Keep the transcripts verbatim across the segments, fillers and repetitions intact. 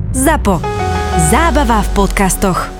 Zapo. Zábava v podcastoch.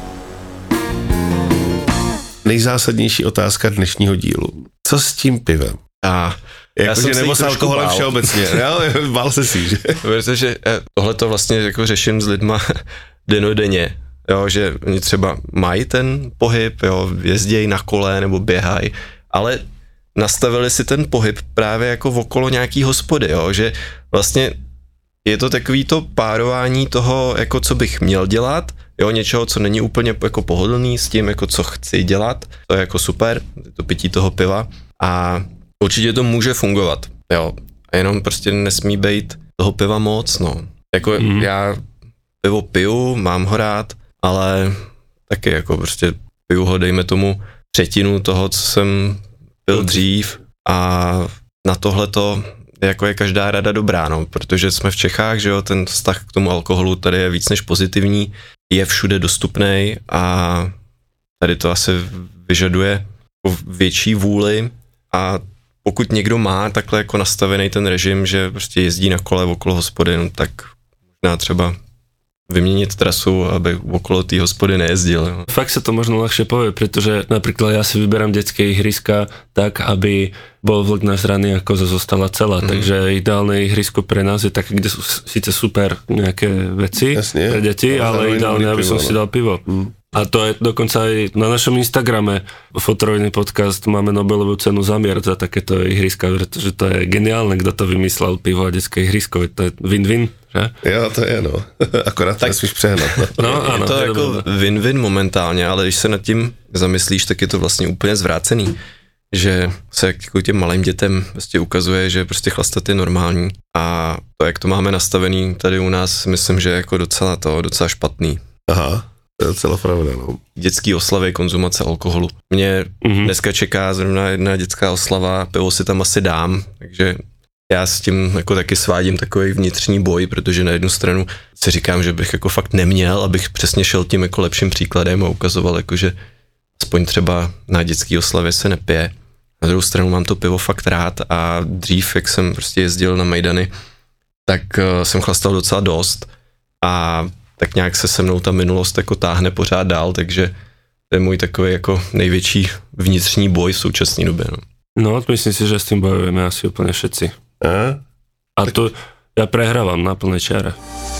Nejzásadnější otázka dnešního dílu. Co s tím pivem? A jakože nebo s alkoholem všeobecně. Já bál se si, že? Protože tohle to vlastně jako řeším s lidma denodenně. Jo, že oni třeba mají ten pohyb, jo, jezdějí na kole nebo běhají, ale nastavili si ten pohyb právě jako okolo nějaký hospody, jo, že vlastně je to takový to párování toho, jako co bych měl dělat, jo, něčeho, co není úplně jako pohodlný s tím, jako co chci dělat, to je jako super, to pití toho piva a určitě to může fungovat, jo, a jenom prostě nesmí být toho piva moc, no, jako mm. já pivo piju, mám ho rád, ale taky jako prostě piju ho, dejme tomu třetinu toho, co jsem pil dřív a na tohleto jako je každá rada dobrá, no, protože jsme v Čechách, že jo, ten vztah k tomu alkoholu tady je víc než pozitivní, je všude dostupný a tady to asi vyžaduje větší vůli a pokud někdo má takhle jako nastavený ten režim, že prostě jezdí na kole okolo hospody, no, tak možná třeba vyměnit trasu, aby okolo té hospody nejezdil. Jo. Fakt sa to možno ľahšie povie, pretože napríklad ja si vyberám detské ihriska tak, aby bol vlk nažraný a koza zostala celá, mm. takže ideálne ihrisko pre nás je také, kde sú síce super nejaké veci Jasne, pre deti, ale, ale ideálne, aby som si dal pivo. Mm. A to je dokonca aj na našom Instagrame Fotorovný podcast máme Nobelovú cenu za mier za takéto ihriska, pretože to je geniálne, kto to vymyslel, pivo a detské ihrisko, to je win-win, že? Jo, to je, no. Akorát tak nesmíš přehnat. No, no áno, je to je jako win-win momentálně, ale když se nad tím zamyslíš, tak je to vlastně úplně zvrácený, že se jako těm malým dětem prostě ukazuje, že prostě chlastat je normální a to, jak to máme nastavený tady u nás, myslím, že je jako docela to, docela špatný. Aha. To je docela pravda, no. Dětský oslavy, konzumace alkoholu. Mě mm-hmm. dneska čeká zrovna jedna dětská oslava, pivo si tam asi dám, takže já s tím jako taky svádím takový vnitřní boj, protože na jednu stranu si říkám, že bych jako fakt neměl, abych přesně šel tím jako lepším příkladem a ukazoval jako, že aspoň třeba na dětský oslavě se nepije. Na druhou stranu mám to pivo fakt rád a dřív, jak jsem prostě jezdil na mejdany, tak uh, jsem chlastal docela dost a tak nějak se se mnou ta minulost jako táhne pořád dál, takže to je můj takový jako největší vnitřní boj v současné době. No, no myslím si, že s tím bojujeme asi úplně všetci. A, a tak... to ja prehrávam na plnej čiare.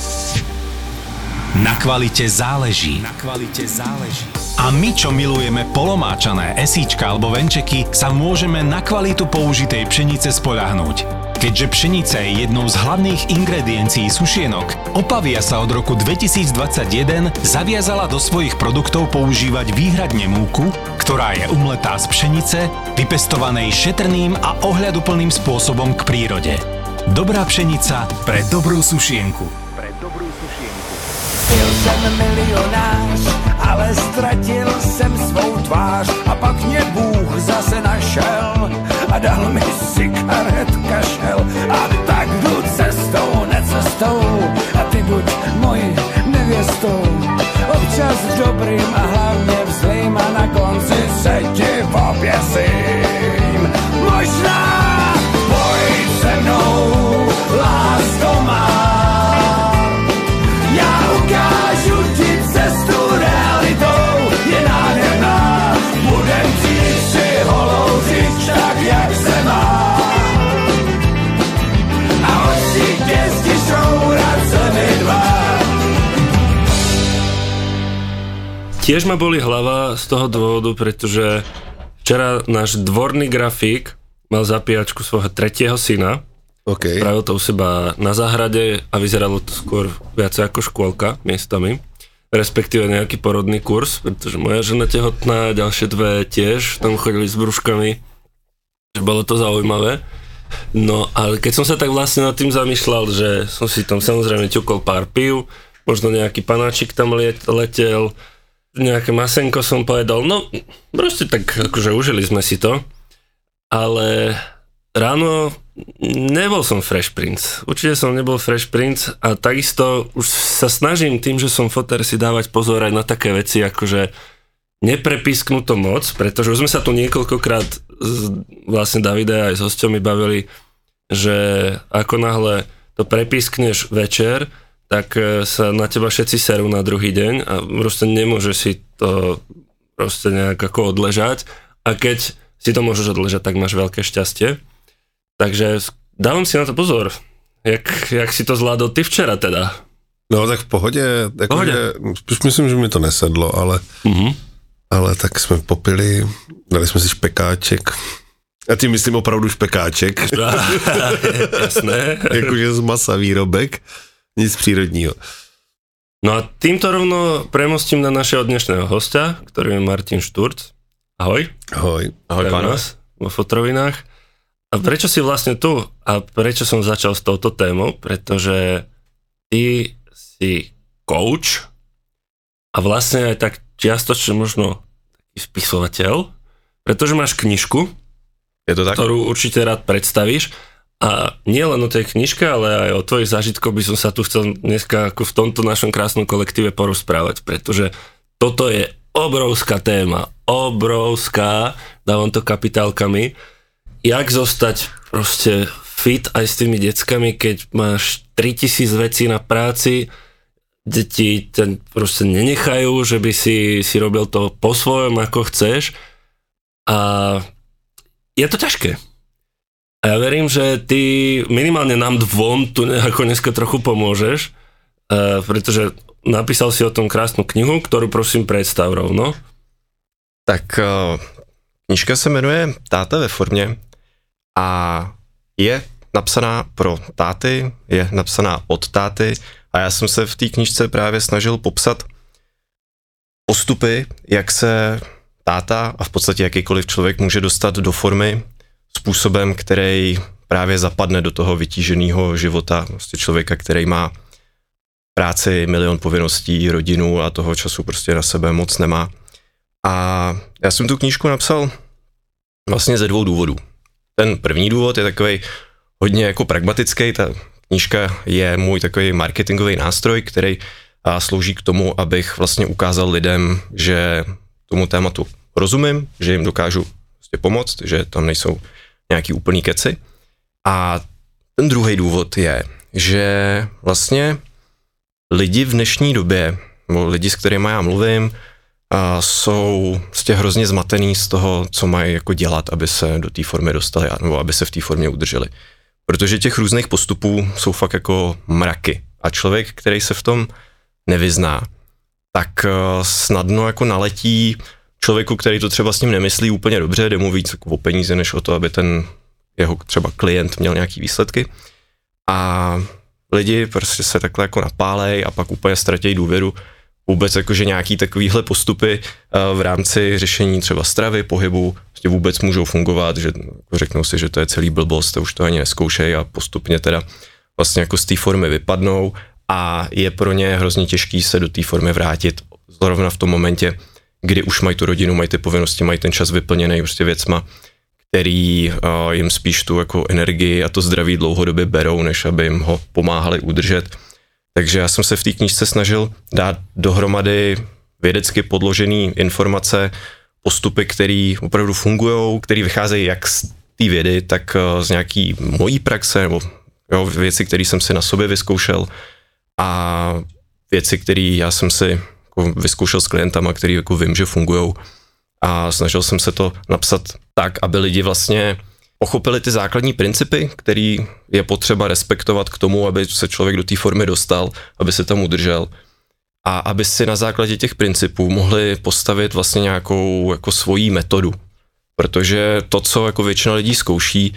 Na kvalite záleží. Na kvalite záleží. A my, čo milujeme polomáčané esíčka alebo venčeky, sa môžeme na kvalitu použitej pšenice spoľahnúť. Keďže pšenica je jednou z hlavných ingrediencií sušienok, Opavia sa od roku dvetisícdvadsaťjeden zaviazala do svojich produktov používať výhradne múku, ktorá je umletá z pšenice, vypestovanej šetrným a ohľaduplným spôsobom k prírode. Dobrá pšenica pre dobrú sušienku. Pre dobrú sušienku. Byl jsem milionář, ale ztratil jsem svou tvář a pak mě Bůh zase našel a dal mi cigaret kašel a tak jdu cestou, necestou a ty buď mojí nevěstou. Občas dobrým a hlavně vzlým a na konci se ti popěsím. Možná pojď se mnou, lásko má. Já ukážu ti cestu realitou, je nádherná. Budem chtít si holou říct tak, jak se má. A určitě stišou rád se mi dva. Tiež ma boli hlava z toho dôvodu, pretože včera náš dvorný grafík mal zapíjačku svojho tretieho syna. Okay. Spravil to u seba na záhrade a vyzeralo to skôr viac ako škôlka miestami, respektíve nejaký porodný kurz, pretože moja žena tehotná, ďalšie dve tiež tam chodili s brúškami, že bolo to zaujímavé. No ale keď som sa tak vlastne nad tým zamýšľal, že som si tam samozrejme ťukol pár pív, možno nejaký panáčik tam letel, nejaké masenko som povedal, no proste tak akože užili sme si to, ale ráno nebol som Fresh Prince, určite som nebol Fresh Prince a takisto už sa snažím tým, že som foter si dávať pozor aj na také veci, akože neprepisknú to moc, pretože už sme sa tu niekoľkokrát vlastne Davide aj s hosťami bavili, že ako náhle to prepiskneš večer, tak sa na teba všetci serú na druhý deň a proste nemôžeš si to proste nejak ako odležať a keď si to môžeš odležať, tak máš veľké šťastie. Takže dávam si na to pozor. Jak, jak si to zvládol ty včera teda? No tak v pohodě, jako pohodě. Že, už myslím, že mi to nesedlo, ale, mm-hmm. ale tak jsme popili, dali jsme si špekáček. A tím myslím opravdu špekáček. Jasné. Jakože z masa výrobek, nic přírodního. No a týmto rovno premostím na našeho dnešného hostia, ktorým je Martin Šturc. Ahoj. Ahoj. Ahoj, pána. Vo Fotrovinách. A prečo si vlastne tu? A prečo som začal s touto témou? Pretože ty si coach a vlastne aj tak čiastočne možno taký spisovateľ, pretože máš knižku, je to tak? Ktorú určite rád predstavíš. A nie len o tej knižke, ale aj o tvojich zážitkoch by som sa tu chcel dneska ako v tomto našom krásnom kolektíve porozprávať, pretože toto je obrovská téma, obrovská, dávam to kapitálkami, jak zostať proste fit aj s tými deckami, keď máš tritisíc vecí na práci, deti ten proste nenechajú, že by si, si robil to po svojom, ako chceš a je to ťažké. A ja verím, že ty minimálne nám dvom tu ako dneska trochu pomôžeš, uh, pretože napísal si o tom krásnu knihu, ktorú prosím predstav rovno. Tak uh, knižka se jmenuje Táta ve formě a je napsaná pro táty, je napsaná od táty a já jsem se v té knižce právě snažil popsat postupy, jak se táta a v podstatě jakýkoliv člověk může dostat do formy způsobem, který právě zapadne do toho vytíženého života, prostě člověka, který má práci, milion povinností, rodinu a toho času prostě na sebe moc nemá. A já jsem tu knížku napsal vlastně ze dvou důvodů. Ten první důvod je takovej hodně jako pragmatický, ta knížka je můj takový marketingový nástroj, který slouží k tomu, abych vlastně ukázal lidem, že tomu tématu rozumím, že jim dokážu prostě pomoct, že tam nejsou nějaký úplný keci. A ten druhý důvod je, že vlastně lidi v dnešní době, nebo lidi, s kterými já mluvím, a jsou prostě hrozně zmatený z toho, co mají jako dělat, aby se do té formy dostali, nebo aby se v té formě udrželi. Protože těch různých postupů jsou fakt jako mraky. A člověk, který se v tom nevyzná, tak snadno jako naletí člověku, který to třeba s ním nemyslí úplně dobře, jde mu víc jako o peníze, než o to, aby ten jeho třeba klient měl nějaký výsledky. A lidi prostě se takhle jako napálej a pak úplně ztratějí důvěru vůbec jakože nějaký takovýhle postupy v rámci řešení třeba stravy, pohybu, prostě vůbec můžou fungovat, že řeknou si, že to je celý blbost a už to ani neskoušej a postupně teda vlastně jako z té formy vypadnou a je pro ně hrozně těžký se do té formy vrátit zrovna v tom momentě, kdy už mají tu rodinu, mají ty povinnosti, mají ten čas vyplněný prostě věcma, který uh, jim spíš tu jako energii a to zdraví dlouhodobě berou, než aby jim ho pomáhali udržet. Takže já jsem se v té knížce snažil dát dohromady vědecky podložené informace, postupy, které opravdu fungují, které vycházejí jak z té vědy, tak uh, z nějaký mojí praxe, nebo jo, věci, které jsem si na sobě vyzkoušel a věci, které já jsem si vyzkoušel s klientama, který jako vím, že fungujou a snažil jsem se to napsat tak, aby lidi vlastně pochopili ty základní principy, který je potřeba respektovat k tomu, aby se člověk do té formy dostal, aby se tam udržel a aby si na základě těch principů mohli postavit vlastně nějakou jako svojí metodu, protože to, co jako většina lidí zkouší,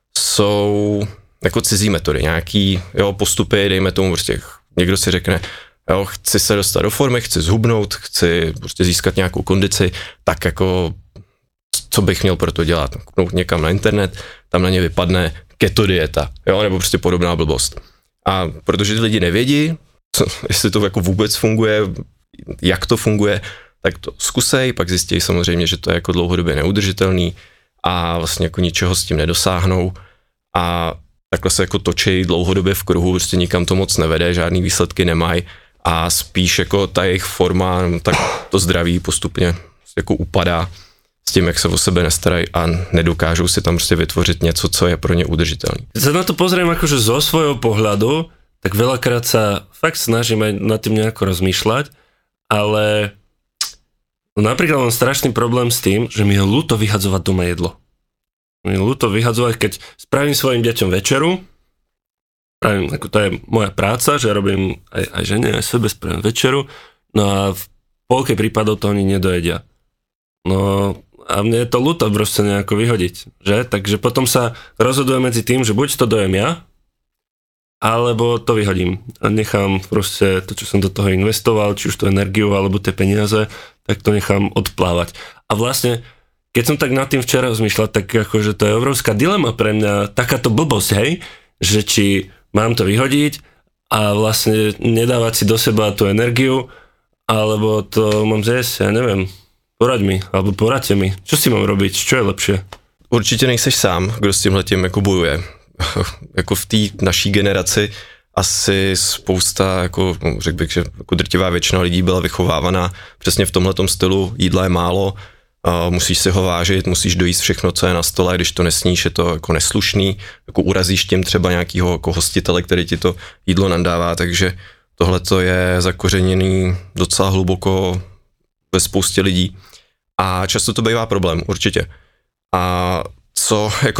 jsou jako cizí metody, nějaký jo, postupy, dejme tomu prostě někdo si řekne, jo, chci se dostat do formy, chci zhubnout, chci prostě získat nějakou kondici, tak jako co bych měl pro to dělat? Kouknout někam na internet, tam na ně vypadne keto dieta, jo, nebo prostě podobná blbost. A protože ty lidi nevědí, co, jestli to jako vůbec funguje, jak to funguje, tak to zkusej, pak zjistí samozřejmě, že to je jako dlouhodobě neudržitelný a vlastně jako ničeho s tím nedosáhnou a takhle se jako točí dlouhodobě v kruhu, prostě nikam to moc nevede, žádný výsledky nemají a spíš jako ta jejich forma, tak to zdraví postupně jako upadá s tím, jak se o sebe nestarají a nedokážou si tam prostě vytvořit něco, co je pro ně udržitelné. Keď sa na to pozriem akože zo svojho pohľadu, tak veľakrát sa fakt snažím aj nad tým nejako rozmýšľať, ale no napríklad mám strašný problém s tým, že mi je ľúto vyhadzovať doma jedlo. Mi je ľúto vyhadzovať, keď spravím svojim deťom večeru, spravím, ako to je moja práca, že robím aj, aj žene, aj sebe spravím večeru, no a v polke prípadov to oni nedojedia. No a mne je to ľúto proste nejako vyhodiť, že? Takže potom sa rozhodujem medzi tým, že buď to dojem ja, alebo to vyhodím a nechám proste to, čo som do toho investoval, či už tú energiu, alebo tie peniaze, tak to nechám odplávať. A vlastne, keď som tak nad tým včera rozmýšľal, tak akože to je obrovská dilema pre mňa, takáto blbosť, hej, že či mám to vyhodiť a vlastne nedávať si do seba tú energiu, alebo to mám zjesť, ja neviem, poraď mi, alebo poradte mi, čo si mám robiť, čo je lepšie? Určitě nejseš sám, kdo s tímhletím jako bojuje. Jako v té naší generaci asi spousta, jako řekl bych, že jako drtivá většina lidí byla vychovávaná přesně v tomhletom stylu, jídla je málo, a musíš si ho vážit, musíš dojíst všechno, co je na stole, když to nesníš, je to jako neslušný, jako urazíš tím třeba nějakýho jako hostitele, který ti to jídlo nadává, takže tohleto je zakořeněný docela hluboko ve spoustě lidí a často to bývá problém, určitě. A co jako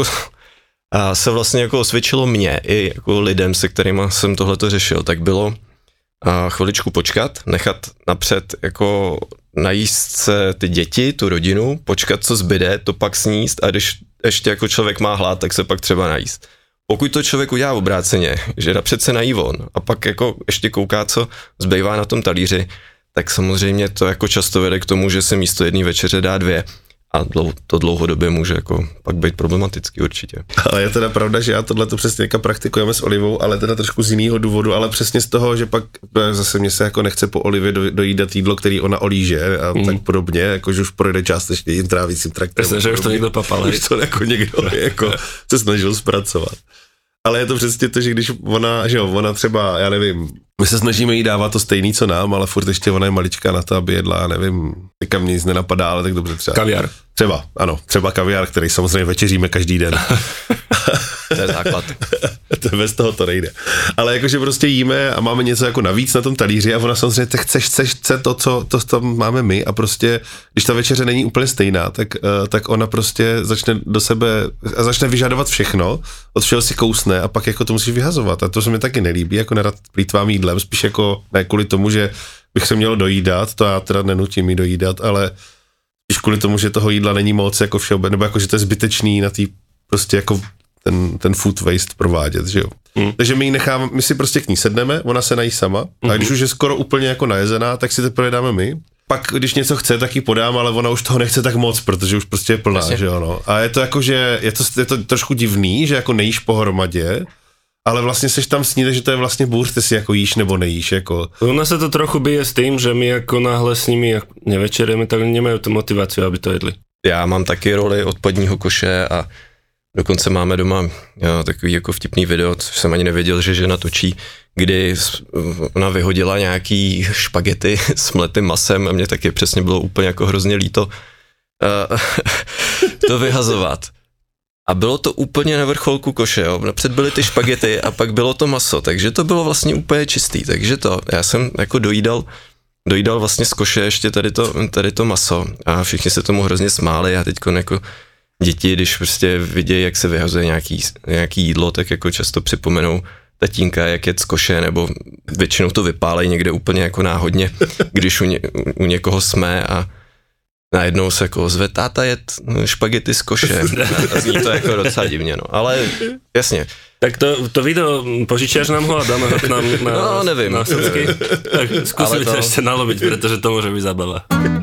a se vlastně jako osvědčilo mě i jako lidem, se kterými jsem tohleto řešil, tak bylo a chviličku počkat, nechat napřed jako najíst se ty děti, tu rodinu, počkat, co zbyde, to pak sníst a když ještě jako člověk má hlad, tak se pak třeba najíst. Pokud to člověk udělá obráceně, že napřed se nají on a pak jako ještě kouká, co zbývá na tom talíři, tak samozřejmě to jako často vede k tomu, že se místo jedné večeře dá dvě. A to dlouhodobě může jako pak být problematický určitě. Ale je teda pravda, že já tohle to přesně praktikujeme s Olivou, ale teda trošku z jiného důvodu, ale přesně z toho, že pak zase mě se jako nechce po Olivě do, dojídat jídlo, který ona olíže a mm. tak podobně, jakože už projde částečně jim trávicím traktem. Přesně, že už to někdo papal. Už to jako někdo jako se snažil zpracovat. Ale je to přesně to, že když ona, že jo, ona třeba, já nevím, my se snažíme jí dávat to stejný, co nám, ale furt ještě ona je maličká na to, aby jedla, já nevím, teďka mě nic nenapadá, ale tak dobře třeba. Kaviár. Třeba, ano, třeba kaviár, který samozřejmě večeříme každý den. To je základ. To bez toho to nejde. Ale jakože prostě jíme a máme něco jako navíc na tom talíři a ona samozřejmě tak chceš, chceš, chce to, co to tam máme my a prostě, když ta večeře není úplně stejná, tak, uh, tak ona prostě začne do sebe a začne vyžadovat všechno, od všeho si kousne a pak jako to musíš vyhazovat a to se mi taky nelíbí, jako nerad plýtvám jídlem, spíš jako ne kvůli tomu, že bych se měl dojídat, to já teda nenutím jí dojídat, ale spíš kvůli tomu, že toho jídla není moc jako všeobecně, nebo jako, že to je zbytečný na tý prostě jako ten, ten food waste provádět, že jo. Mm. Takže my ji necháme, my si prostě k ní sedneme, ona se nají sama mm-hmm. a když už je skoro úplně jako najezená, tak si teprve dáme my. Pak, když něco chce, tak ji podám, ale ona už toho nechce tak moc, protože už prostě je plná, Jasně. že jo, no. A je to jako, že je to, je to trošku divný, že jako nejíš pohromadě, ale vlastně seš tam s ní, že to je vlastně bůř, ty si jako jíš nebo nejíš, jako. U nás se to trochu bije s tím, že my jako náhle s nimi nevečerujeme, tak nemají tu motivaci, aby to jedli. Já mám taky roli odpadního koše a dokonce máme doma jo, takový jako vtipný video, což jsem ani nevěděl, že žena točí, kdy ona vyhodila nějaký špagety s mletým masem a mě taky přesně bylo úplně jako hrozně líto uh, to vyhazovat. A bylo to úplně na vrcholku koše, jo. Napřed byly ty špagety a pak bylo to maso, takže to bylo vlastně úplně čistý, takže to, já jsem jako dojídal, dojídal vlastně z koše ještě tady to, tady to maso a všichni se tomu hrozně smáli a teďko jako děti, když prostě vidějí, jak se vyhazuje nějaký, nějaký jídlo, tak jako často připomenou tatínka, jak jet z koše, nebo většinou to vypálejí někde úplně jako náhodně, když u, ně, u někoho jsme a najednou se jako ozve táta jet špagety z koše a zní to jako docela divně, no, ale jasně. Tak to, to video, požičiaš nám ho a dáme ho k nám na, no, nevím. na socky? Tak skúsili to ešte nalobiť, pretože to môže byť zábava.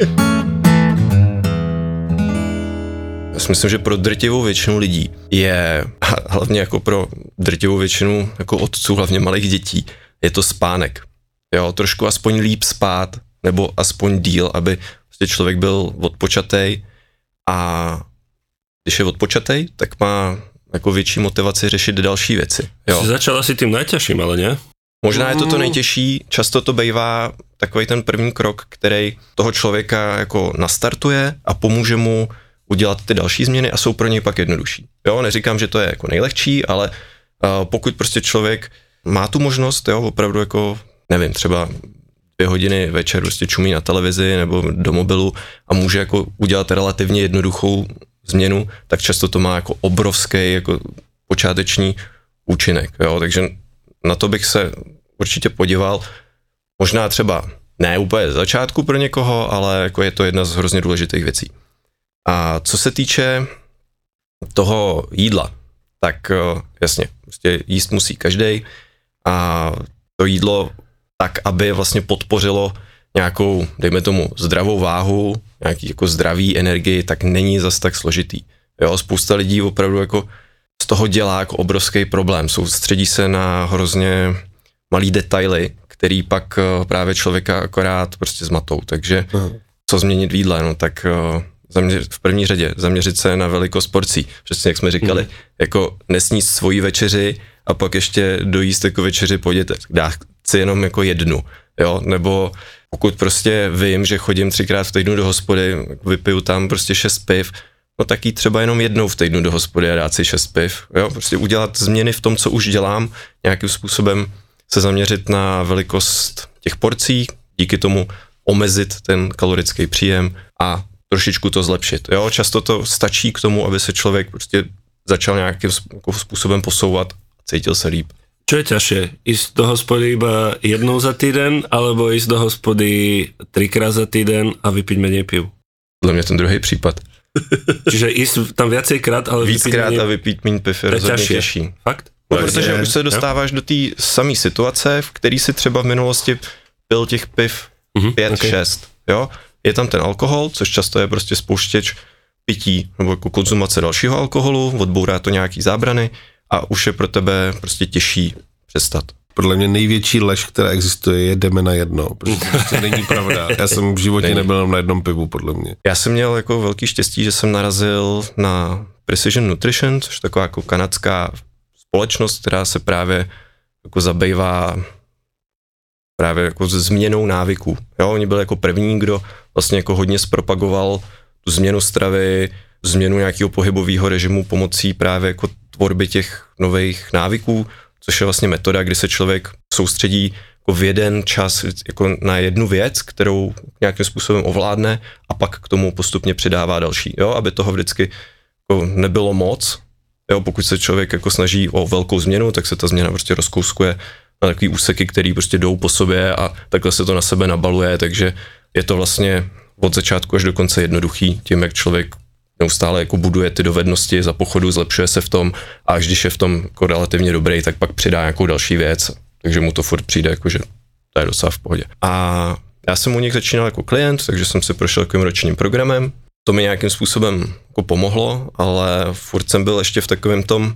Já si myslím, že pro drtivou většinu lidí je, hlavně jako pro drtivou většinu jako otců, hlavně malých dětí, je to spánek. Jo, trošku aspoň líp spát, nebo aspoň díl, aby prostě člověk byl odpočatej a když je odpočatej, tak má jako větší motivaci řešit další věci. Jo. Jsi začal asi tím najťažším, ale ne? Možná je to to nejtěžší, často to bývá takový ten první krok, který toho člověka jako nastartuje a pomůže mu udělat ty další změny a jsou pro něj pak jednodušší. Jo, neříkám, že to je jako nejlehčí, ale uh, pokud prostě člověk má tu možnost, jo, opravdu jako, nevím, třeba dvě hodiny večer prostě čumí na televizi nebo do mobilu a může jako udělat relativně jednoduchou změnu, tak často to má jako obrovský jako počáteční účinek, jo, takže na to bych se určitě podíval, možná třeba ne úplně z začátku pro někoho, ale jako je to jedna z hrozně důležitých věcí. A co se týče toho jídla, tak jasně, prostě jíst musí každej a to jídlo tak, aby vlastně podpořilo nějakou, dejme tomu, zdravou váhu, nějaký jako zdravý energii, tak není zas tak složitý. Jo, spousta lidí opravdu jako z toho dělá jako obrovský problém. Soustředí se na hrozně malý detaily, který pak právě člověka akorát prostě zmatou. Takže uh-huh. co změnit v jídle? No tak zaměř, v první řadě zaměřit se na velikost porcí. Přesně jak jsme říkali, uh-huh. jako nesníst svoji večeři a pak ještě dojíst jako večeři po dětech. Dá si jenom jako jednu, jo, nebo pokud prostě vím, že chodím třikrát v týdnu do hospody, vypiju tam prostě šest piv, no tak jít třeba jenom jednou v týdnu do hospody a dát si šest piv, jo, prostě udělat změny v tom, co už dělám, nějakým způsobem se zaměřit na velikost těch porcí, díky tomu omezit ten kalorický příjem a trošičku to zlepšit, jo, často to stačí k tomu, aby se člověk prostě začal nějakým způsobem posouvat a cítil se líp. Čo je ťažšie? Ísť do hospody iba jednou za týden, alebo ísť do hospody trikrát za týden a vypiť menej piv? Podľa mňa ten druhý případ. Čiže ísť tam viacejkrát, ale víckrát a vypít méně piv je rozhodně těžší. Fakt? No, protože už se dostáváš jo? do té samé situace, v který si třeba v minulosti pil těch piv mm-hmm, pět, okay. šest, jo? Je tam ten alkohol, což často je prostě spouštěč pití nebo jako konzumace dalšího alkoholu, odbourá to nějaký zábrany a už je pro tebe prostě těžší přestat. Podle mě největší lež, která existuje, je jdeme na jedno, protože to prostě není pravda. Já jsem v životě není. nebyl na jednom pivu, podle mě. Já jsem měl jako velký štěstí, že jsem narazil na Precision Nutrition, což je taková jako kanadská společnost, která se právě jako zabývá právě jako změnou návyků. Jo, oni byli jako první, kdo vlastně jako hodně zpropagoval tu změnu stravy, změnu nějakého pohybového režimu pomocí právě jako tvorby těch nových návyků, což je vlastně metoda, kdy se člověk soustředí jako v jeden čas jako na jednu věc, kterou nějakým způsobem ovládne a pak k tomu postupně přidává další, jo, aby toho vždycky jako nebylo moc. Jo, pokud se člověk jako snaží o velkou změnu, tak se ta změna prostě rozkouskuje na takový úseky, který prostě jdou po sobě a takhle se to na sebe nabaluje, takže je to vlastně od začátku až do konce jednoduchý, tím jak člověk neustále jako buduje ty dovednosti za pochodu, zlepšuje se v tom a až když je v tom jako relativně dobrý, tak pak přidá nějakou další věc, takže mu to furt přijde jako, že to je docela v pohodě. A já jsem u nich začínal jako klient, takže jsem si prošel takovým ročním programem, to mi nějakým způsobem jako pomohlo, ale furt jsem byl ještě v takovém tom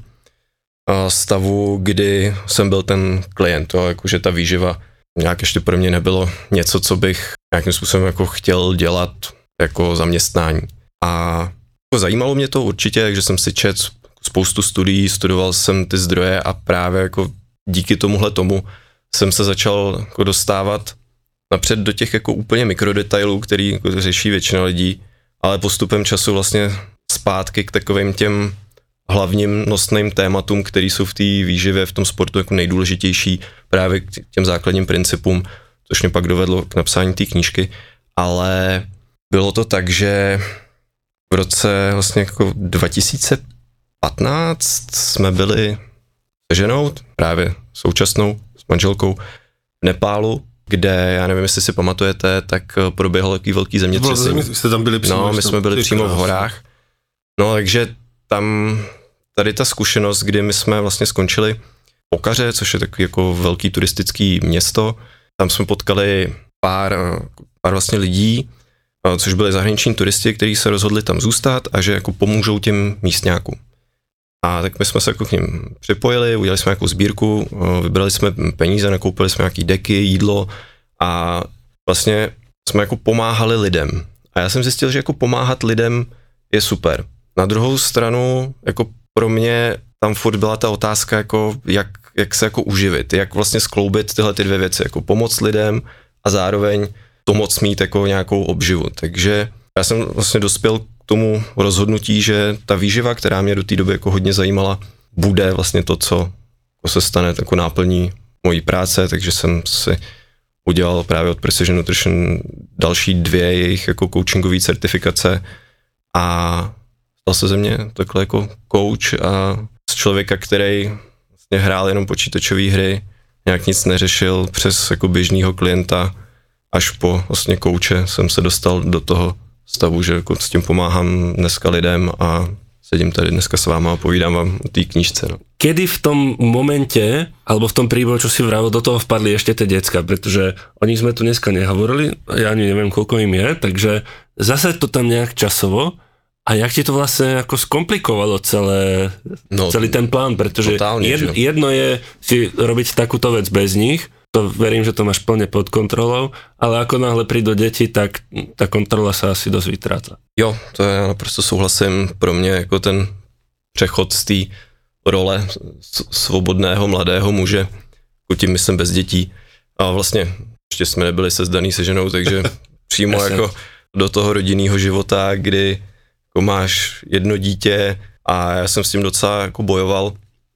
stavu, kdy jsem byl ten klient, jo, jakože ta výživa nějak ještě pro mě nebylo něco, co bych nějakým způsobem jako chtěl dělat jako zaměstnání. A zajímalo mě to určitě, takže jsem si četl spoustu studií, studoval jsem ty zdroje a právě jako díky tomuhle tomu jsem se začal jako dostávat napřed do těch jako úplně mikrodetailů, který jako řeší většina lidí, ale postupem času vlastně zpátky k takovým těm hlavním nosným tématům, který jsou v té výživě, v tom sportu jako nejdůležitější, právě k těm základním principům, což mě pak dovedlo k napsání té knížky, ale bylo to tak, že v roce vlastně jako dva tisíce patnáct jsme byli se ženou, právě současnou, s manželkou v Nepálu, kde, já nevím, jestli si pamatujete, tak proběhlo takový velký zemětřesení. Jste tam byli přímo? No, my jsme byli přímo v horách. No, takže tam tady ta zkušenost, kdy my jsme vlastně skončili v Pokaře, což je takový jako velký turistický město. Tam jsme potkali pár, pár vlastně lidí, což byli zahraniční turisti, kteří se rozhodli tam zůstat a že jako pomůžou těm místňákům. A tak my jsme se jako k ním připojili, udělali jsme nějakou sbírku, vybrali jsme peníze, nakoupili jsme nějaký deky, jídlo a vlastně jsme jako pomáhali lidem. A já jsem zjistil, že jako pomáhat lidem je super. Na druhou stranu, jako pro mě tam furt byla ta otázka, jako jak, jak se jako uživit, jak vlastně skloubit tyhle ty dvě věci, jako pomoct lidem a zároveň to moc mít jako nějakou obživu. Takže já jsem vlastně dospěl k tomu rozhodnutí, že ta výživa, která mě do té doby jako hodně zajímala, bude vlastně to, co to se stane jako náplní mojí práce, takže jsem si udělal právě od Precision Nutrition další dvě jejich jako coachingové certifikace a stal se ze mě takhle jako coach a z člověka, který vlastně hrál jenom počítačové hry, nějak nic neřešil, přes jako běžného klienta až po vlastně kouče jsem se dostal do toho stavu, že jako s tím pomáhám dneska lidem a sedím tady dneska s váma a povídám vám o té knížce. No. Kedy v tom momente, alebo v tom príbehu, čo si vravil, do toho vpadli ešte tie decka, pretože o nich sme tu dneska nehovorili, ja ani neviem, koľko im je, takže zase to tam nejak časovo. A jak ti to vlastne ako skomplikovalo celé, no, celý ten plán, pretože totálne, jed, jedno je si robiť takúto vec bez nich, to verím, že to máš plne pod kontrolou, ale ako náhle prídu deti, tak tá kontrola sa asi dosť vytráca. Jo, to já naprosto souhlasím, pro mě jako ten přechod z té role svobodného mladého muže, jako tím myslím bez dětí, a vlastně ještě jsme nebyli sezdaný se ženou, takže přímo jako do toho rodinného života, kdy jako máš jedno dítě a já jsem s tím docela jako bojoval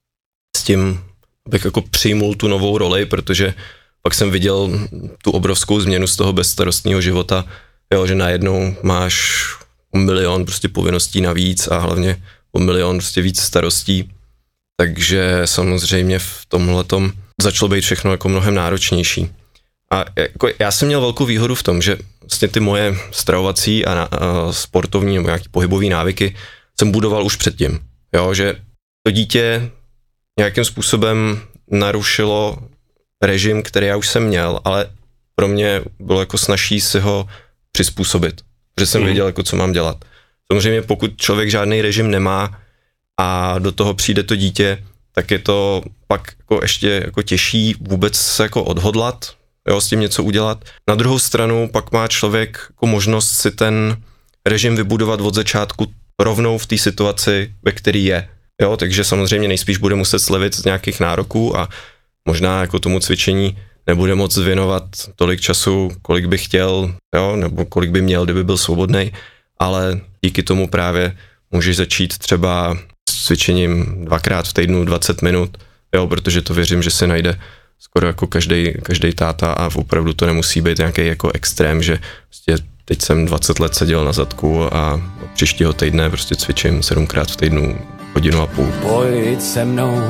s tím, abych jako přijmul tu novou roli, protože pak jsem viděl tu obrovskou změnu z toho bezstarostného života, jo, že najednou máš o milion prostě povinností navíc a hlavně o milion prostě víc starostí, takže samozřejmě v tomhletom začalo být všechno jako mnohem náročnější. A jako já jsem měl velkou výhodu v tom, že vlastně ty moje stravovací a, na, a sportovní nebo nějaký pohybové návyky jsem budoval už předtím. Jo, že to dítě nějakým způsobem narušilo režim, který já už jsem měl, ale pro mě bylo jako snazší si ho přizpůsobit, protože jsem věděl, jako co mám dělat. Samozřejmě pokud člověk žádný režim nemá a do toho přijde to dítě, tak je to pak jako ještě jako těžší vůbec se jako odhodlat, jo, s tím něco udělat. Na druhou stranu pak má člověk jako možnost si ten režim vybudovat od začátku rovnou v té situaci, ve které je. Jo, takže samozřejmě nejspíš bude muset slevit z nějakých nároků a možná jako tomu cvičení nebude moc věnovat tolik času, kolik by chtěl, jo, nebo kolik by měl, kdyby byl svobodnej, ale díky tomu právě můžeš začít třeba s cvičením dvakrát v týdnu dvacet minut, jo, protože to věřím, že se najde skoro jako každý každý táta a opravdu to nemusí být nějaký jako extrém, že prostě teď jsem dvacet let seděl na zadku a příštího týdne prostě cvičím sedmkrát v týdnu hodinu a půl. Pojď se mnou,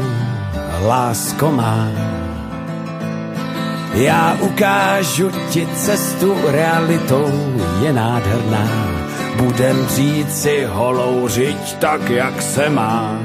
lásko má, já ukážu ti cestu, realitou je nádherná. Budem žít si holou řiď tak, jak se má.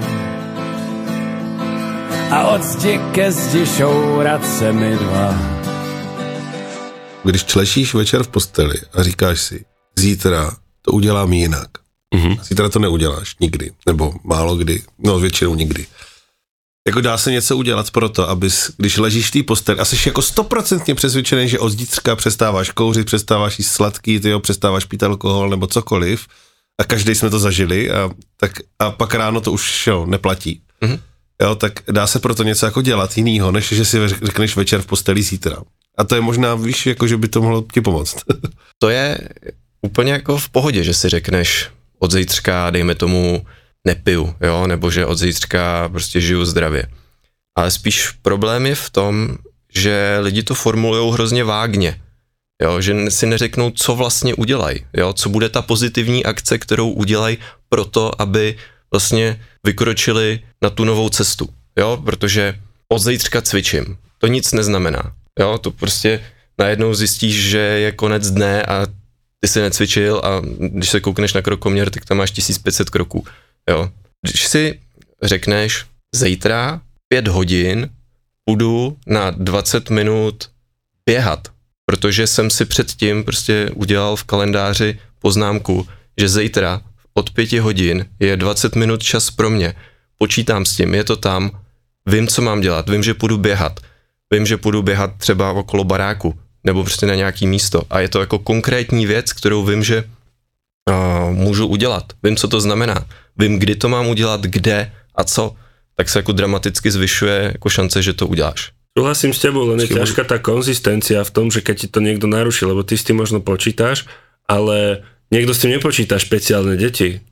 A od zdi ke zdi šourat se mi dva. Když člešíš večer v posteli a říkáš si, zítra to udělám jinak. Mm-hmm. Zítra to neuděláš nikdy, nebo málo kdy, no většinou nikdy. Jako dá se něco udělat pro to, abys, když ležíš v té posteli a jsi jako stoprocentně přesvědčený, že od zítřka přestáváš kouřit, přestáváš jíst sladký, tyjo, přestáváš pít alkohol nebo cokoliv a každý jsme to zažili a, tak, a pak ráno to už jo, neplatí. Mm-hmm. Jo, tak dá se proto něco jako dělat jinýho, než že si řekneš večer v posteli zítra. A to je možná, víš, jako že by to mohlo ti pomoct. To je úplně jako v pohodě, že si řekneš od zítřka, dejme tomu, nepiju, jo, nebo že od zítřka prostě žiju zdravě. Ale spíš problém je v tom, že lidi to formulujou hrozně vágně, jo, že si neřeknou, co vlastně udělají, jo, co bude ta pozitivní akce, kterou udělají proto, aby vlastně vykročili na tu novou cestu, jo, protože od zítřka cvičím, to nic neznamená, jo, to prostě najednou zjistíš, že je konec dne a ty si necvičil a když se koukneš na krokoměr, tak tam máš tisíc pět set kroků, jo. Když si řekneš, zítra pět hodin půjdu na dvacet minut běhat, protože jsem si předtím prostě udělal v kalendáři poznámku, že zítra od pěti hodin je dvacet minut čas pro mě. Počítám s tím, je to tam, vím, co mám dělat, vím, že půjdu běhat, vím, že půjdu běhat třeba okolo baráku, nebo prostě na nějaký místo a je to jako konkrétní věc, kterou vím, že uh, můžu udělat, vím, co to znamená, vím, kdy to mám udělat, kde a co, tak se jako dramaticky zvyšuje jako šance, že to uděláš. Súhlasím s tebou, len je ťažká tá konzistencia v tom, že keď ti to niekto naruší, lebo ty s tým možno počítaš, ale niekto s tým nepočíta, špeciálne deti.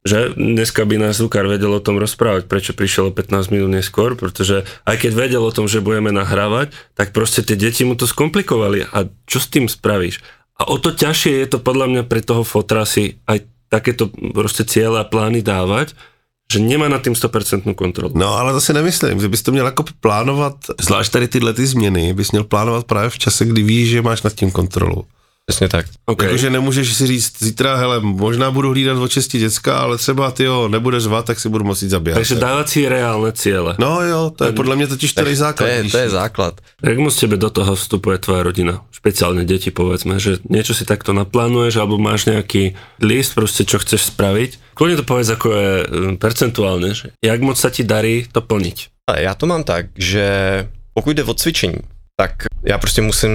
že dneska by náš zvukár vedel o tom rozprávať, prečo prišiel o pätnásť minút neskôr, pretože aj keď vedel o tom, že budeme nahrávať, tak proste tie deti mu to skomplikovali a čo s tým spravíš? A o to ťažšie je to podľa mňa pre toho fotra si aj takéto proste cieľe a plány dávať, že nemá nad tým sto percent kontrolu. No ale to si nemyslím, že bys to měl jako plánovat, zvlášť tady tyhle ty změny, bys měl plánovat právě v čase, kdy víš, že máš nad tím kontrolu. Přesně tak. Okay. Jakože nemůžeš si říct zítra, hele, možná budu hlídat od šesti děcka, ale třeba tyjo, nebude řvat, tak si budu moct jít zabíjat. Takže dávat si reálne ciele. No jo, to je podle mě totiž tady základ. To je, to je základ. Jak moc tebe do toho vstupuje tvoja rodina? Špeciálne deti, povedzme, že niečo si takto naplánuješ, alebo máš nejaký list, proste čo chceš spraviť. Kľudne to povedz, ako je percentuálne, že jak moc sa ti darí to plniť? Já to mám tak, že pokud jde o cvičení, tak já prostě musím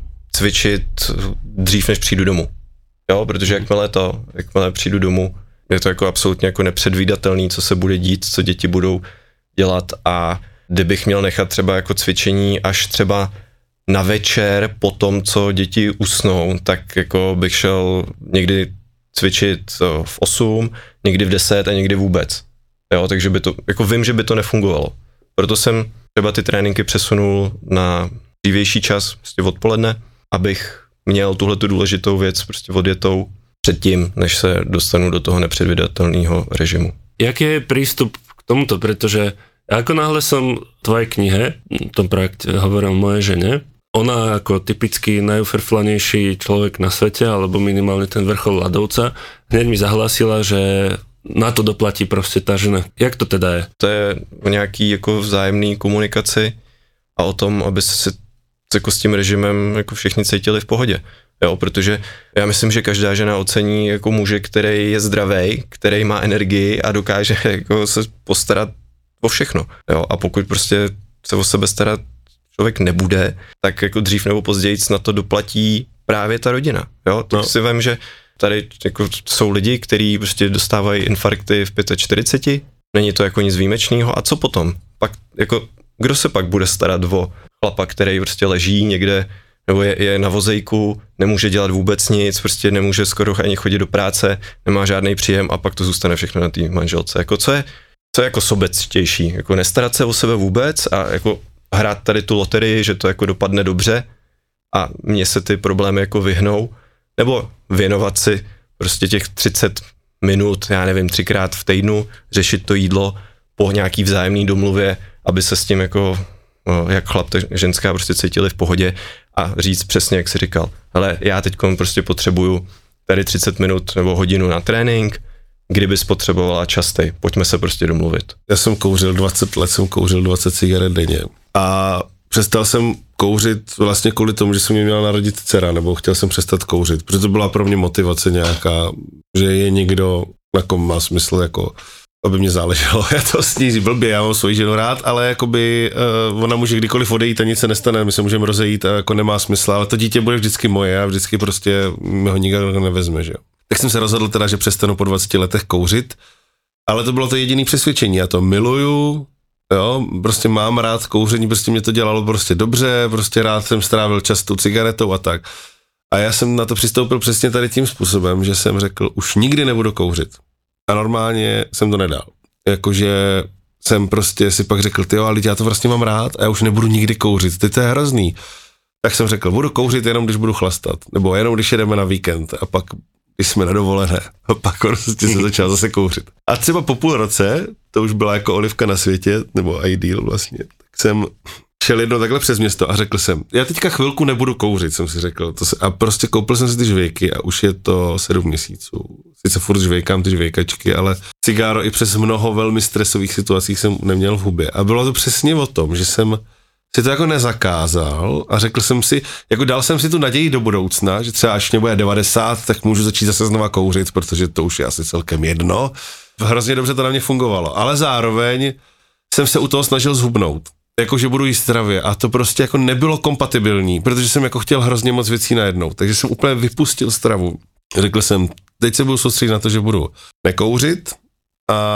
cvičit dřív, než přijdu domů. Jo, protože jakmile to, jakmile přijdu domů, je to jako absolutně jako nepředvídatelný, co se bude dít, co děti budou dělat a kdybych měl nechat třeba jako cvičení až třeba na večer po tom, co děti usnou, tak jako bych šel někdy cvičit v osm, někdy v deset a někdy vůbec. Jo, takže by to, jako vím, že by to nefungovalo. Proto jsem třeba ty tréninky přesunul na dřívější čas, prostě odpoledne, abych měl tuhletu důležitou věc prostě odjetou předtím, než se dostanu do toho nepředvídatelného režimu. Jaký je prístup k tomuto? Pretože ako náhle som v tvojej knihe, v tom projekte hovorím o mojej žene, ona ako typický najufrflanejší človek na svete, alebo minimálne ten vrchol ľadovca, hneď mi zahlásila, že na to doplatí prostě ta žena. Jak to teda je? To je o nějaký jako vzájemný komunikaci a o tom, aby se jako s tím režimem jako všichni cítili v pohodě. Jo, protože já myslím, že každá žena ocení jako muže, který je zdravý, který má energii a dokáže jako se postarat o všechno. Jo, a pokud prostě se o sebe starat člověk nebude, tak jako dřív nebo později na to doplatí právě ta rodina. Jo, tak no. si vem, že tady jako jsou lidi, kteří prostě dostávají infarkty v čtyřiceti pěti, není to jako nic výjimečného a co potom? Pak jako kdo se pak bude starat o chlapa, který prostě leží někde nebo je, je na vozejku, nemůže dělat vůbec nic, prostě nemůže skoro ani chodit do práce, nemá žádný příjem a pak to zůstane všechno na té manželce. Jako co je, co je jako sobectější? Jako nestarat se o sebe vůbec a jako hrát tady tu loterii, že to jako dopadne dobře a mně se ty problémy jako vyhnou, nebo věnovat si prostě těch třicet minut, já nevím, třikrát v týdnu, řešit to jídlo po nějaký vzájemný domluvě, aby se s tím jako jak chlap, tak ženská prostě cítili v pohodě a říct přesně, jak jsi říkal, hele, já teď prostě potřebuju tady třicet minut nebo hodinu na trénink, kdyby spotřebovala častej, pojďme se prostě domluvit. Já jsem kouřil dvacet let, jsem kouřil dvacet cigaret denně a přestal jsem kouřit vlastně kvůli tomu, že jsem mě měla narodit dcera, nebo chtěl jsem přestat kouřit, protože to byla pro mě motivace nějaká, že je někdo, na kom má smysl jako aby mě záleželo, já to sní blbě, já mám svoji ženu rád, ale jakoby uh, ona může kdykoliv odejít a nic se nestane, my se můžeme rozejít a jako nemá smysl, ale to dítě bude vždycky moje a vždycky prostě mi ho nikdo nevezme, že jo. Tak jsem se rozhodl teda, že přestanu po dvaceti letech kouřit, ale to bylo to jediné přesvědčení, já to miluju, jo, prostě mám rád kouření, prostě mě to dělalo prostě dobře, prostě rád jsem strávil čas tou cigaretou a tak. A já jsem na to přistoupil přesně tady tím způsobem, že jsem řekl, už nikdy nebudu kouřit. A normálně jsem to nedal. Jakože jsem prostě si pak řekl, tyjo, ale já to vlastně mám rád a já už nebudu nikdy kouřit, ty to je hrozný. Tak jsem řekl, budu kouřit jenom, když budu chlastat, nebo jenom, když jedeme na víkend a pak, když jsme na dovolené, a pak prostě se začal zase kouřit. A třeba po půl roce, to už byla jako olivka na světě, nebo ideal vlastně, tak jsem šel jednou takhle přes město a řekl jsem, já teďka chvilku nebudu kouřit, jsem si řekl. To se, a prostě koupil jsem si ty žvejky a už je to sedm měsíců. Sice furt žvejkám ty žvejkačky, ale cigáro i přes mnoho velmi stresových situací jsem neměl v hubě. A bylo to přesně o tom, že jsem si to jako nezakázal a řekl jsem si, jako dal jsem si tu naději do budoucna, že třeba až mě bude devadesát, tak můžu začít zase znova kouřit, protože to už je asi celkem jedno. Hrozně dobře to na mě fungovalo, ale zároveň jsem se u toho snažil zhubnout. Jakože budu jíst zdravě a to prostě jako nebylo kompatibilní, protože jsem jako chtěl hrozně moc věcí najednou, takže jsem úplně vypustil stravu. Řekl jsem, teď se budu soustředit na to, že budu nekouřit a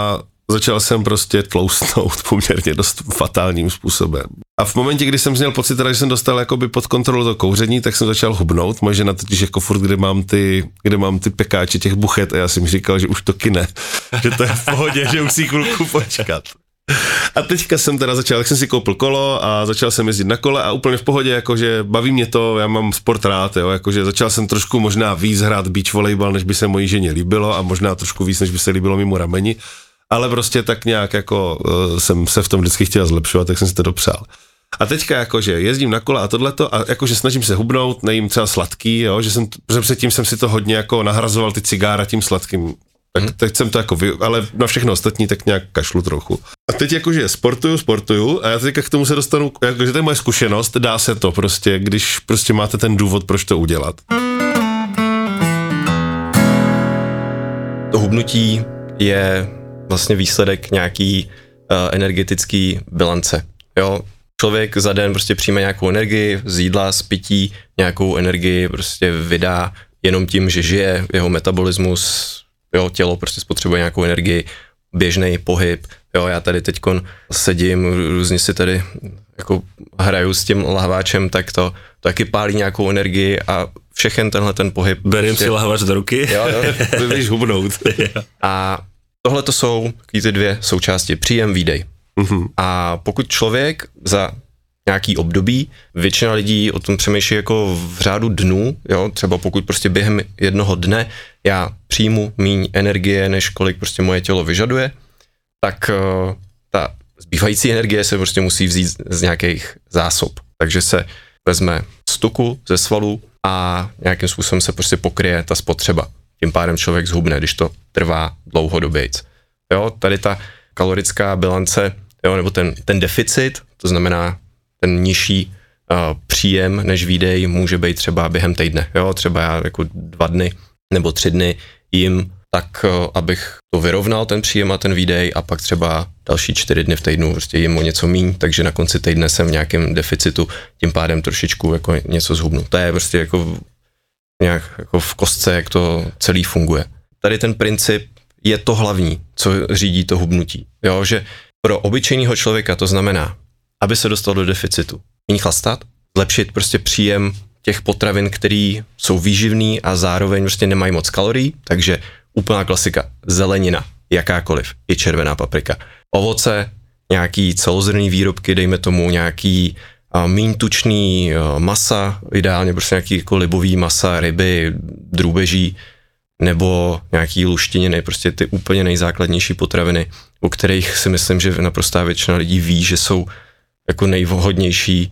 začal jsem prostě tloustnout poměrně dost fatálním způsobem. A v momentě, kdy jsem měl pocit, teda, že jsem dostal jakoby pod kontrolu to kouření, tak jsem začal hubnout. Moje žena totiž jako furt, kde mám ty, kde mám ty pekáče těch buchet a já jsem říkal, že už to kine, že to je v pohodě, že musí chvilku počkat. A teďka jsem teda začal, tak jsem si koupil kolo a začal jsem jezdit na kole a úplně v pohodě, jakože baví mě to, já mám sport rád, jo, jakože začal jsem trošku možná víc hrát beach volejbal, než by se mojí ženě líbilo a možná trošku víc, než by se líbilo mému rameni, ale prostě tak nějak jako uh, jsem se v tom vždycky chtěl zlepšovat, tak jsem si to dopřál. A teďka jakože jezdím na kole a tohleto a jakože snažím se hubnout, nejím třeba sladký, jo, že jsem, že předtím jsem si to hodně jako nahrazoval ty cigára tím sladkým. Tak hmm. teď jsem to jako vy, ale na všechno ostatní tak nějak kašlu trochu. A teď jakože sportuju, sportuju a já teďka k tomu se dostanu, jakože to je moje zkušenost, dá se to prostě, když prostě máte ten důvod, proč to udělat. To hubnutí je vlastně výsledek nějaký uh, energetický bilance. Jo, člověk za den prostě přijme nějakou energii z jídla, z pití, nějakou energii prostě vydá jenom tím, že žije, jeho metabolismus, jo, tělo prostě spotřebuje nějakou energii, běžný pohyb, jo, já tady teďkon sedím, různě si tady jako hraju s tím lahváčem, tak to, to taky pálí nějakou energii a všechen tenhle ten pohyb. Berím prostě, si lahváč do ruky. Jo, jo. Budeš hubnout. A tohle to jsou ty dvě součásti, příjem, výdej. Mm-hmm. A pokud člověk za nějaký období, většina lidí o tom přemýšlí jako v řádu dnů, jo, třeba pokud prostě během jednoho dne já přijmu míň energie, než kolik prostě moje tělo vyžaduje, tak uh, ta zbývající energie se prostě musí vzít z nějakých zásob. Takže se vezme z tuku, ze svalů a nějakým způsobem se prostě pokryje ta spotřeba. Tím pádem člověk zhubne, když to trvá dlouhodobějc. Jo, tady ta kalorická bilance, jo, nebo ten, ten deficit, to znamená ten nižší uh, příjem než výdej může být třeba během týdne. Jo, třeba já jako dva dny nebo tři dny jim tak, uh, abych to vyrovnal ten příjem a ten výdej a pak třeba další čtyři dny v týdnu prostě jim o něco míň, takže na konci týdne jsem v nějakém deficitu, tím pádem trošičku jako něco zhubnu. To je prostě jako nějak jako v kostce, jak to celý funguje. Tady ten princip je to hlavní, co řídí to hubnutí. Jo, že pro obyčejného člověka to znamená, aby se dostal do deficitu, méně chlastat, zlepšit prostě příjem těch potravin, které jsou výživný a zároveň prostě nemají moc kalorií, takže úplná klasika, zelenina, jakákoliv, i červená paprika. Ovoce, nějaký celozrnný výrobky, dejme tomu nějaký uh, míň tučný uh, masa, ideálně prostě nějaký jako libový masa, ryby, drůbeží, nebo nějaký luštěniny, prostě ty úplně nejzákladnější potraviny, o kterých si myslím, že naprostá většina lidí ví, že jsou jako nejvhodnější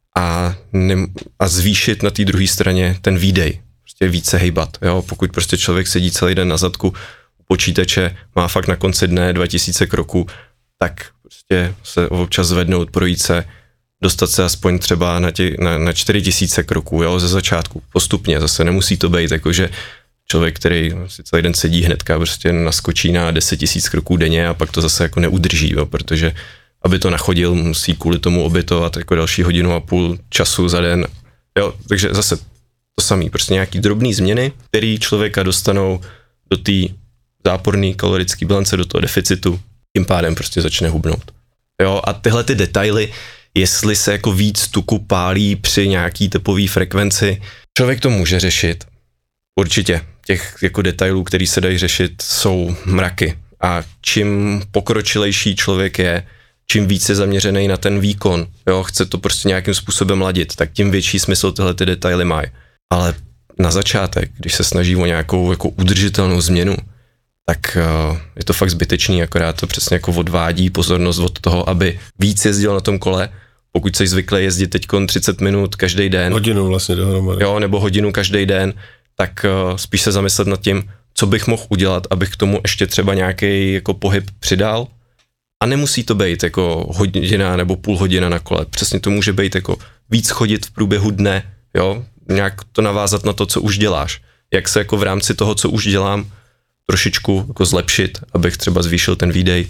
a, ne, a zvýšit na té druhé straně ten výdej, prostě více hejbat, jo, pokud prostě člověk sedí celý den na zadku u počítače, má fakt na konci dne dva tisíce kroků, tak prostě se občas zvednout, projít se, dostat se aspoň třeba na, tě, na, na čtyři tisíce kroků, jo, ze začátku, postupně, zase nemusí to být, jakože člověk, který si celý den sedí hnedka, prostě naskočí na deset tisíc kroků denně a pak to zase jako neudrží, jo, protože aby to nachodil, musí kvůli tomu obětovat jako další hodinu a půl času za den. Jo, takže zase to samé, prostě nějaký drobné změny, které člověka dostanou do té záporné kalorické bilance, do toho deficitu, tím pádem prostě začne hubnout. Jo, a tyhle ty detaily, jestli se jako víc tuku pálí při nějaký tepové frekvenci, člověk to může řešit. Určitě. Těch jako detailů, který se dají řešit, jsou mraky. A čím pokročilejší člověk je, čím víc je zaměřený na ten výkon, jo, chce to prostě nějakým způsobem ladit, tak tím větší smysl tyhle ty detaily mají. Ale na začátek, když se snaží o nějakou jako udržitelnou změnu, tak uh, je to fakt zbytečný, akorát to přesně jako odvádí pozornost od toho, aby víc jezdil na tom kole, pokud jsi zvyklý jezdit teďkon třicet minut každý den. Hodinu vlastně dohromady. Jo, nebo hodinu každý den, tak uh, spíš se zamyslet nad tím, co bych mohl udělat, abych k tomu ještě třeba nějaký jako pohyb přidal. A nemusí to být jako hodina nebo půl hodina na kole. Přesně to může být jako víc chodit v průběhu dne, jo, nějak to navázat na to, co už děláš. Jak se jako v rámci toho, co už dělám, trošičku jako zlepšit, abych třeba zvýšil ten výdej,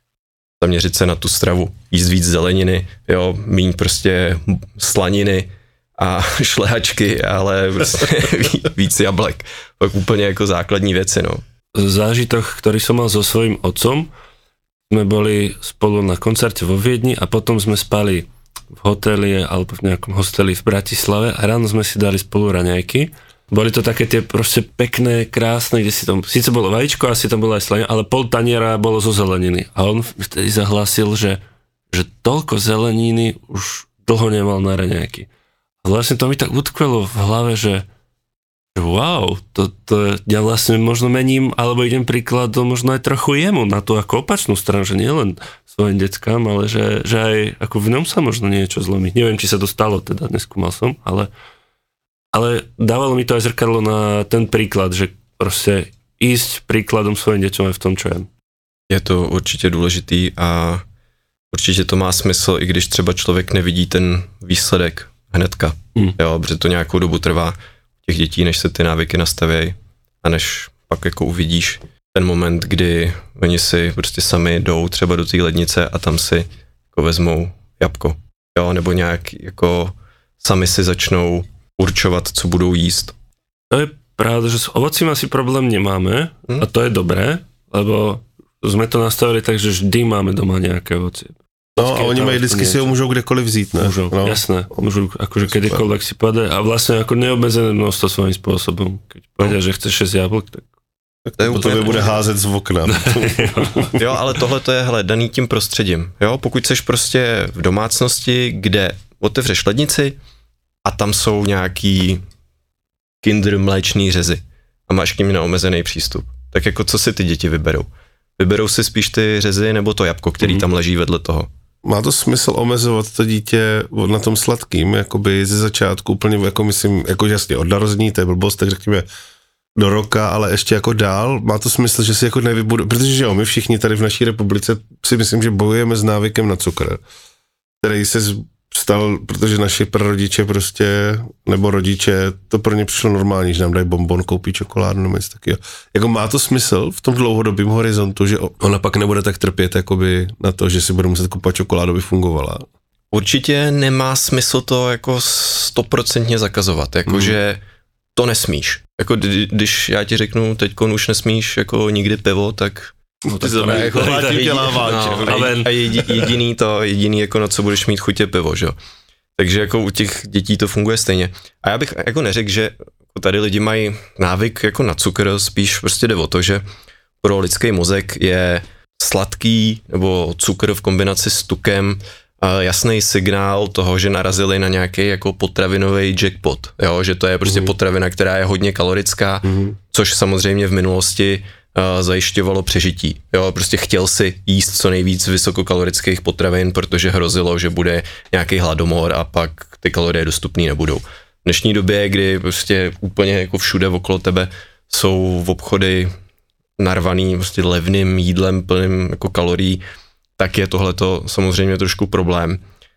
zaměřit se na tu stravu, jíst víc zeleniny, jo, míň prostě slaniny a šlehačky, ale prostě víc jablek. Tak úplně jako základní věci, no. Zážitok, ktorý som mal so svojím otcom, sme boli spolu na koncerte vo Viedni a potom sme spali v hoteli alebo v nejakom hosteli v Bratislave a ráno sme si dali spolu raňajky. Boli to také tie proste pekné, krásne, kde si tam, síce bolo vajíčko, asi tam bolo aj slania, ale pol taniera bolo zo zeleniny. A on vtedy zahlásil, že, že toľko zeleniny už dlho nemal na raňajky. A vlastne to mi tak utkvelo v hlave, že wow, to, to ja vlastne možno mením, alebo idem príkladom možno aj trochu jemu na tú ako opačnú stranu, že nie len svojim deckám, ale že, že aj ako v ňom sa možno niečo zlomí. Neviem, či sa to stalo, teda neskúmal som, ale, ale dávalo mi to aj zrkadlo na ten príklad, že proste ísť príkladom svojim deťom aj v tom, čo jem. Je to určitě důležitý a určitě to má smysl, i když třeba člověk nevidí ten výsledek hnedka, mm. jo, protože to nějakou dobu trvá těch dětí, než se ty návyky nastavějí a než pak jako uvidíš ten moment, kdy oni si prostě sami jdou třeba do té lednice a tam si jako vezmou jabko, jo, nebo nějak jako sami si začnou určovat, co budou jíst. To je pravda, že s ovocím asi problém nemáme hmm. a to je dobré, lebo jsme to nastavili tak, že vždy máme doma nějaké ovocie. No a oni mají vždycky si ho můžou kdekoliv vzít, ne? Můžou, no. jasné, můžou akože kedykoľvek si pade a vlastne ako neobmedzené množstvo svojím spôsobom. Keď povedia, no. že chceš šesť jablok, tak tak to úplně bude házet z okna. Jo, ale tohle to je hele, daný tím prostředím. Jo, pokud seš prostě v domácnosti, kde otevřeš lednici a tam jsou nějaký Kinder mléčný řezy a máš k nim neomezený přístup, tak jako co si ty děti vyberou? Vyberou si spíš ty řezy nebo to jabko, který mm. tam leží vedle toho? Má to smysl omezovat to dítě na tom sladkým, jakoby ze začátku úplně, jako myslím, jako jasně od narození, to je blbost, tak řekněme do roka, ale ještě jako dál, má to smysl, že si jako nevybudu, protože jo, my všichni tady v naší republice si myslím, že bojujeme s návykem na cukr, který se stal, protože naši prarodiče prostě, nebo rodiče, to pro ně přišlo normální, že nám dají bonbon, koupí čokoládu nebo něco takového. Jako má to smysl v tom dlouhodobém horizontu, že ona pak nebude tak trpět jakoby na to, že si bude muset kupovat čokoládu, aby fungovala. Určitě nemá smysl to jako stoprocentně zakazovat, jakože hmm. to nesmíš. Jako když já ti řeknu, teďko už nesmíš jako nikdy pivo, tak no, to znamená, jako a jediný to, jediný jako na co budeš mít chutě pivo, že jo. Takže jako u těch dětí to funguje stejně. A já bych jako neřekl, že tady lidi mají návyk jako na cukr, spíš prostě jde o to, že pro lidský mozek je sladký nebo cukr v kombinaci s tukem jasný signál toho, že narazili na nějaký jako potravinový jackpot, jo, že to je prostě mm. potravina, která je hodně kalorická, mm. což samozřejmě v minulosti uh, zajišťovalo přežití, jo, prostě chtěl si jíst co nejvíc vysokokalorických potravin, protože hrozilo, že bude nějaký hladomor a pak ty kalorie dostupný nebudou. V dnešní době, kdy prostě úplně jako všude okolo tebe jsou v obchody narvaný prostě levným jídlem plným jako kalorií, tak je tohleto samozřejmě trošku problém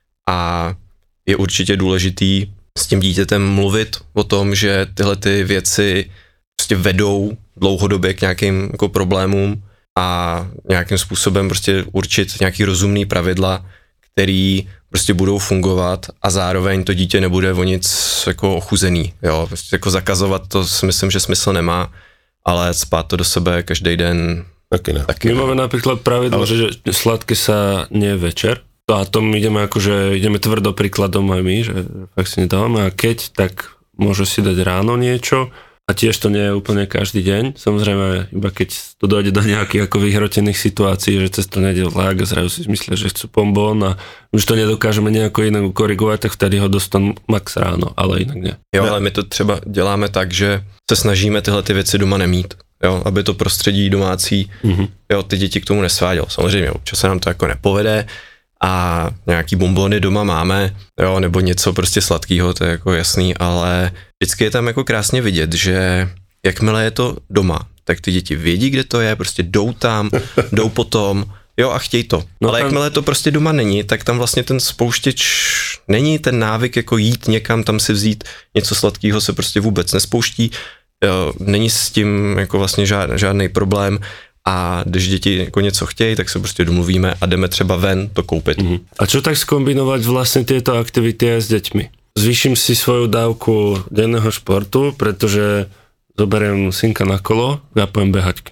a je určitě důležitý s tím dítětem mluvit o tom, že tyhle ty věci prostě vedou dlouhodobě k nějakým jako problémům a nějakým způsobem prostě určit nějaký rozumný pravidla, který prostě budou fungovat a zároveň to dítě nebude o nic jako ochuzený, jo, prostě jako zakazovat to si myslím, že smysl nemá, ale spát to do sebe každý den taky ne. Taky my ne. Máme napríklad pravidlo, ale... že sladké sa nie večer. A tom ideme akože, ideme tvrdo príkladom aj my, že fakt si nedávame a keď, tak môže si dať ráno niečo a tiež to nie je úplne každý deň. Samozrejme, iba keď to dojde do nejakých ako vyhrotených situácií, že cez to nejde vlak a zrazu si myslia, že chcú bonbon a už to nedokážeme nejako inak korigovať, tak vtedy ho dostanú max ráno, ale inak nie. Jo, ale my to třeba děláme tak, že se snažíme tyhle ty věci doma nemít. Jo, aby to prostředí domácí, mm-hmm. jo, ty děti k tomu nesvádělo. Samozřejmě, občas se nám to jako nepovede a nějaký bonbony doma máme, jo, nebo něco prostě sladkého, to je jako jasný, ale vždycky je tam jako krásně vidět, že jakmile je to doma, tak ty děti vědí, kde to je, prostě jdou tam, jdou potom, jo, a chtějí to. No ale tam... jakmile to prostě doma není, tak tam vlastně ten spouštěč není, ten návyk jako jít někam, tam si vzít něco sladkého se prostě vůbec nespouští. Jo, není s tím jako vlastně žád, žádný problém a když děti jako něco chtějí, tak se prostě domluvíme a jdeme třeba ven to koupit. Mm-hmm. A čo tak skombinovať vlastně tieto aktivity aj s deťmi? Zvýším si svoju dávku denného športu, pretože zoberiem synka na kolo a pôjdem behať k nemu.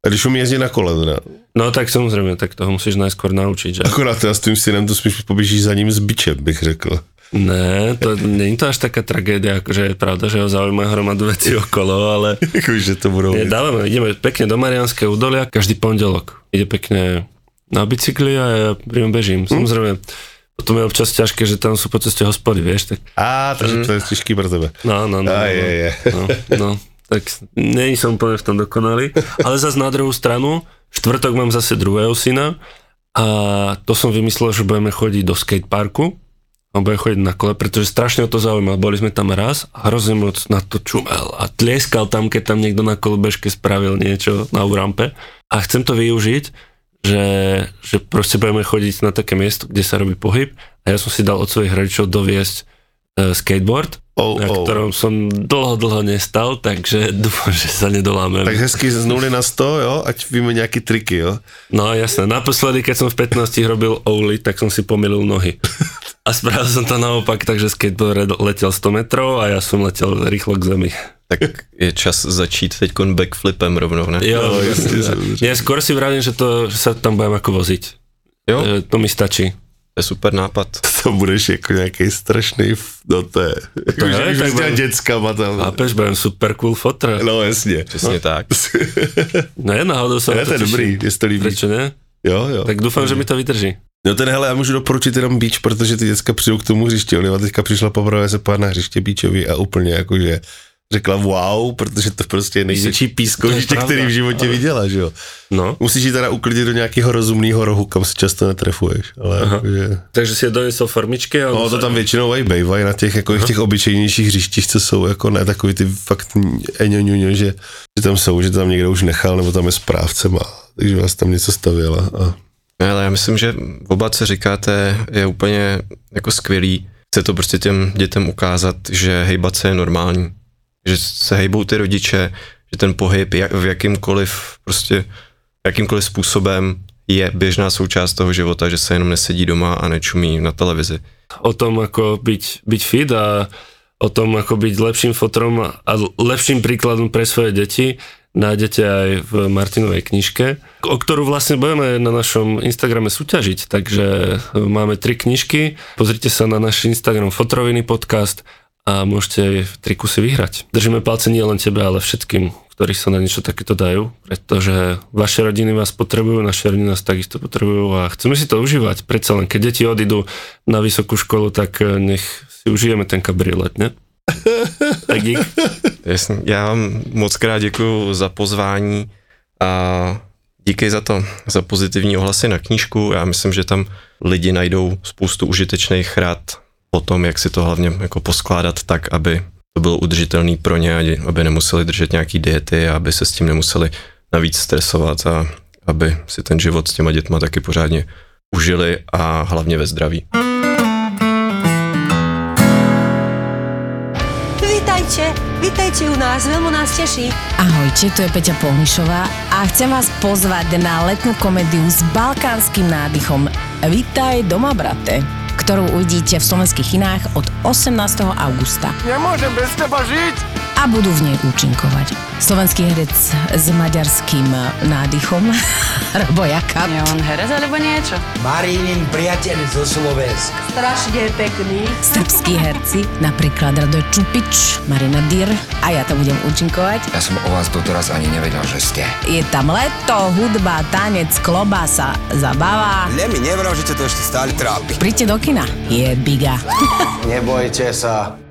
A když umí jezdit na kole teda? No tak samozřejmě, tak toho musíš najskôr naučiť, že? Akorát teda s tím synem to spíš poběžíš za ním s bičem, bych řekl. Ne, to není to až taká tragédia, akože je pravda, že ho zaujíma hromadu vecí okolo, ale... Jakože to budou... Nie, dávame, ideme pekne do Mariánskej údolia, každý pondelok. Ide pekne na bicykli a ja pri ňom bežím. Hm? Samozrejme, potom je občas ťažké, že tam sú po ceste hospody, vieš, tak... Á, takže mm. to je těžký pro tebe. No, no, no. Á, no, je, je. no, no, tak nie som úplne v tom dokonalý, ale zase na druhú stranu, štvrtok mám zase druhého syna a to som vymyslel, že budeme chodiť do skateparku. On bude chodiť na kole, pretože strašne o to zaujímal. Boli sme tam raz a hrozne moc na to čumel a tlieskal tam, keď tam niekto na kolobežke spravil niečo na rampe. A chcem to využiť, že, že proste budeme chodiť na také miesto, kde sa robí pohyb a ja som si dal od svojich rodičov doviesť uh, skateboard, oh, na oh. ktorom som dlho, dlho nestal, takže dúfam, že sa nedoláme. Tak hezky z nuly na sto, jo? Ať víme nejaké triky, jo? No jasné, naposledy, keď som v pätnástich robil ouli, tak som si pomýlil nohy. A spravil som to naopak, takže skateboard letel sto metrov a ja som letel rýchlo k zemi. Tak je čas začít teďkon backflipem rovnou, ne? Jo, no, jasne. Ja skôr si vravím, že, to, že sa tam budem ako voziť. Jo? Že to mi stačí. To je super nápad. To budeš jako nějaký strašný, no to je, to je, že tak s těma dětskama tam. A peš, budem super cool fotr. No jasně. Přesně no. tak. Ne, náhodou sa ne, to je dobrý, jestli to líbí. Prečo ne? Jo, jo. Tak doufám, že mi to vydrží. No ten, hele, já můžu doporučit jenom beach, protože ty děcka přijdou k tomu hřišti. Oliva teďka přišla poprvé se pát na hřiště beachový a úplně jakože řekla wow, protože to prostě je největší pískoviště, který v životě viděla, že jo. No. Musíš ji teda uklidit do nějakého rozumného rohu, kam si často netrefuješ. Ale jakože... Takže si je donesl formičky? A no to tam většinou i bejvají na těch, jako v těch obyčejnějších hřištích, co jsou jako ne takový ty fakt eňoňuňo, že, že tam jsou, že tam někdo už nechal, nebo tam je správcem a takže vás tam něco stavěla. A... Ne, ale já myslím, že oba, co říkáte, je úplně jako skvělý. Chce to prostě těm dětem ukázat, že hejbat se je normální. Že se hejbou ty rodiče, že ten pohyb jak, v jakýmkoliv, prostě jakýmkoliv způsobem je běžná součást toho života, že se jenom nesedí doma a nečumí na televizi. O tom, ako byť, byť fit a o tom, ako byť lepším fotrom a lepším príkladom pre svoje deti nájdete aj v Martinovej knižke, o ktorú vlastne budeme na našom Instagrame súťažiť, takže máme tri knižky, pozrite sa na náš Instagram Fotroviny podcast a môžete tri kusy vyhrať. Držíme palce nie len tebe, ale všetkým, ktorí sa na niečo takéto dajú, pretože vaše rodiny vás potrebujú, naše rodiny nás takisto potrebujú a chceme si to užívať. Predsa len, keď deti odídu na vysokú školu, tak nech si užijeme ten kabriolet, ne? Tak dík. Jasně, já vám moc krát děkuju za pozvání a díky za to, za pozitivní ohlasy na knížku. Já myslím, že tam lidi najdou spoustu užitečných rad o tom, jak si to hlavně jako poskládat tak, aby to bylo udržitelný pro ně, aby nemuseli držet nějaký diety a aby se s tím nemuseli navíc stresovat a aby si ten život s těma dětma taky pořádně užili a hlavně ve zdraví. Vítajte, vítajte u nás, veľmi nás teší. Ahojte, tu je Peťa Polnišová a chcem vás pozvať na letnú komédiu s balkánskym nádychom Vítaj doma, brate, ktorú uvidíte v slovenských kinách od osemnásteho augusta. Nemôžem bez teba žiť! A budú v nej účinkovať slovenský herec s maďarským nádychom Robo Jakab. Je on herec alebo niečo? Marínin priateľ zo Slovenska. Strašne pekný. Srbskí herci, napríklad Radoj Čupič, Marina Dyr a ja tam budem účinkovať. Ja som o vás doteraz ani nevedel, že ste. Je tam leto, hudba, tanec, klobása, zabava. Ne mi nevral, že ťa to ešte stále trápi. Príďte do kina, je biga. Nebojte sa.